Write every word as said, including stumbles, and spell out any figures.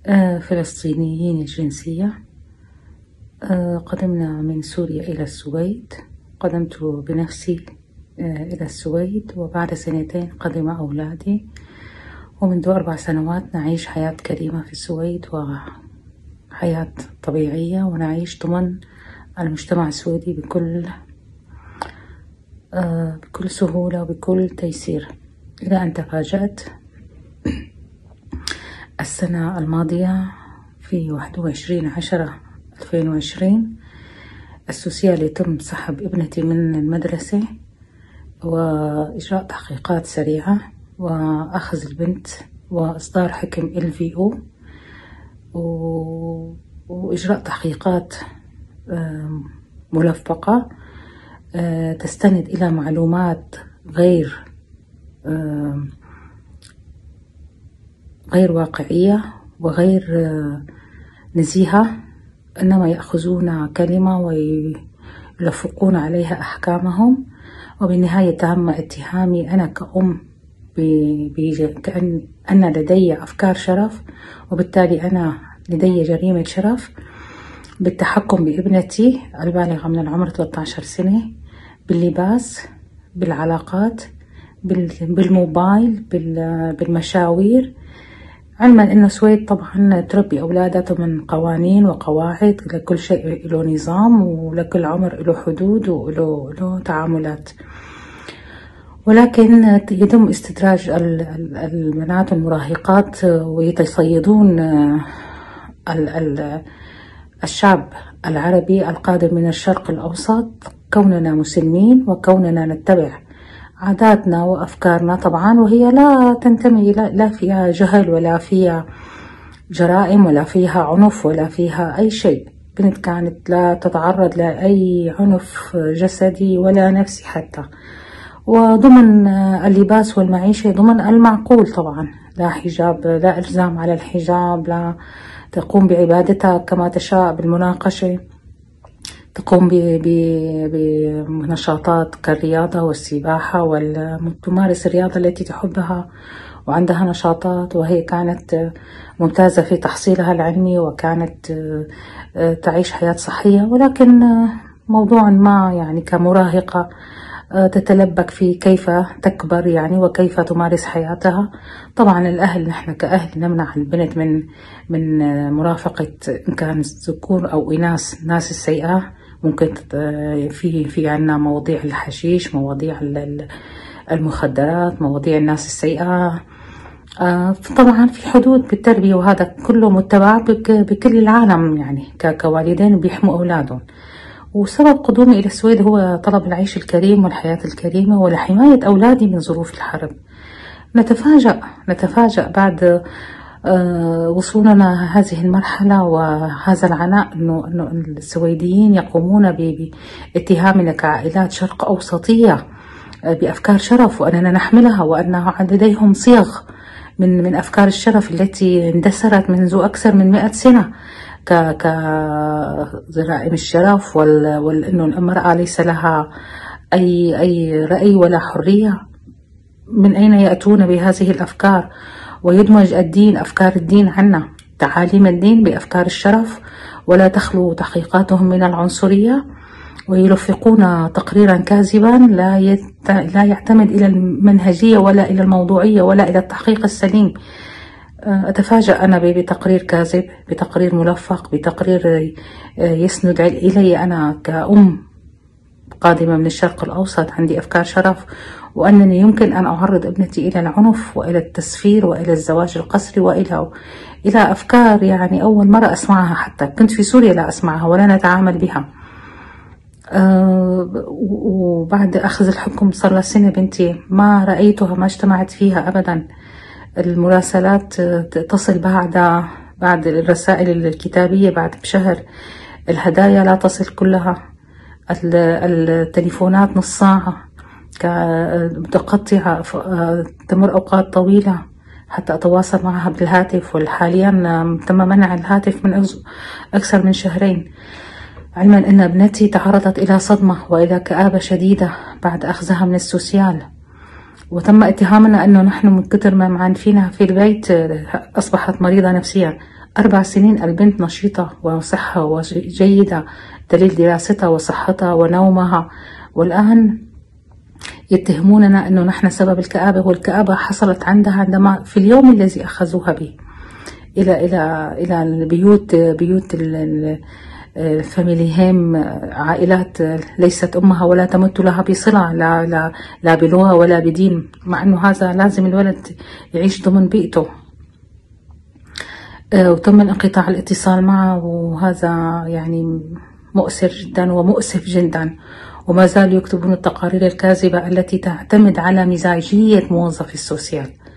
آه، فلسطينيين الجنسية. آه، قدمنا من سوريا إلى السويد. قدمت بنفسي آه، إلى السويد، وبعد سنتين قدم أولادي، ومنذ أربع سنوات نعيش حياة كريمة في السويد وحياة طبيعية، ونعيش ضمن المجتمع السويدي بكل آه، بكل سهولة وبكل تيسير، إلى أن تفاجأت السنة الماضية في واحد وعشرين عشرة ألفين وعشرين السوسيال يتم سحب ابنتي من المدرسة وإجراء تحقيقات سريعة وأخذ البنت وإصدار حكم إل في أو وإجراء تحقيقات ملفقة تستند إلى معلومات غير غير واقعية وغير نزيهة، إنما يأخذون كلمة ويلفقون عليها أحكامهم، وبالنهاية تم اتهامي أنا كأم كأن أن لدي أفكار شرف، وبالتالي أنا لدي جريمة شرف بالتحكم بابنتي البالغة من العمر ثلاثة عشر سنة باللباس، بالعلاقات، بالموبايل، بالمشاوير، علما أن السويد طبعا تربي أولادها ضمن قوانين وقواعد، لكل شيء له نظام ولكل عمر له حدود وله له تعاملات، ولكن يتم استدراج البنات المراهقات ويتصيدون الشعب العربي القادم من الشرق الأوسط، كوننا مسلمين وكوننا نتبع عاداتنا وأفكارنا طبعا، وهي لا تنتمي لا فيها جهل ولا فيها جرائم ولا فيها عنف ولا فيها أي شيء. بنت كانت لا تتعرض لأي عنف جسدي ولا نفسي حتى، وضمن اللباس والمعيشة ضمن المعقول طبعا، لا حجاب، لا إلزام على الحجاب، لا تقوم بعبادتها كما تشاء بالمناقشة، تقوم بنشاطات كالرياضة والسباحة وتمارس الرياضة التي تحبها، وعندها نشاطات، وهي كانت ممتازة في تحصيلها العلمي وكانت تعيش حياة صحية، ولكن موضوع ما يعني كمراهقة تتلبك في كيف تكبر يعني وكيف تمارس حياتها. طبعا الأهل، نحن كأهل نمنع البنت من من مرافقة إن كان ذكور أو إناث ناس السيئة. ممكن في في عنا مواضيع الحشيش، مواضيع المخدرات، مواضيع الناس السيئة، طبعا في حدود بالتربية، وهذا كله متبع بكل العالم يعني كوالدين بيحموا أولادهم. وسبب قدومي إلى السويد هو طلب العيش الكريم والحياة الكريمة ولحماية أولادي من ظروف الحرب. نتفاجأ نتفاجأ بعد وصولنا هذه المرحلة وهذا العناء إنه إنه السويديين يقومون باتهامنا كعائلات شرق أوسطية بأفكار شرف، وأننا نحملها، وأن لديهم صيغ من من أفكار الشرف التي اندثرت منذ أكثر من مئة سنة كجرائم الشرف، وإنه المرأة ليس لها أي أي رأي ولا حرية. من أين يأتون بهذه الأفكار؟ ويدمج الدين، أفكار الدين عنا، تعاليم الدين بأفكار الشرف، ولا تخلو تحقيقاتهم من العنصرية، ويلفقون تقريرا كاذبا لا يت... لا يعتمد إلى المنهجية ولا إلى الموضوعية ولا إلى التحقيق السليم. أتفاجأ أنا بتقرير كاذب، بتقرير ملفق، بتقرير يسند إلي أنا كأم قادمة من الشرق الأوسط عندي أفكار شرف، وأنني يمكن أن أعرض ابنتي إلى العنف وإلى التسفير وإلى الزواج القسري وإلى إلى أفكار يعني أول مرة أسمعها، حتى كنت في سوريا لا أسمعها ولا نتعامل بها. أه وبعد أخذ الحكم صار لها سنة بنتي ما رأيتها، ما اجتمعت فيها أبدا. المراسلات تصل بعد بعد الرسائل الكتابية بعد بشهر، الهدايا لا تصل كلها، التليفونات نص ساعة متقطعة، تمر أوقات طويلة حتى أتواصل معها بالهاتف، وحاليا تم منع الهاتف من أكثر من شهرين، علما أن ابنتي تعرضت إلى صدمة وإلى كآبة شديدة بعد أخذها من السوسيال. وتم اتهامنا أنه نحن من كتر ما معانفينها في البيت أصبحت مريضة نفسيا. أربع سنين البنت نشيطة وصحة وجيدة، دليل دراستها وصحتها ونومها، والآن يتهموننا أنه نحن سبب الكآبة، والكآبة حصلت عندها عندما في اليوم الذي أخذوها به إلى إلى إلى البيوت، بيوت الفاميلي هيم، عائلات ليست أمها ولا تمت لها بصلة، لا لا لا بلغة ولا بدين، مع أنه هذا لازم الولد يعيش ضمن بيئته. وتم انقطاع الاتصال معه، وهذا يعني مؤسر جدا ومؤسف جدا. وما زالوا يكتبون التقارير الكاذبة التي تعتمد على مزاجية موظف السوسيال.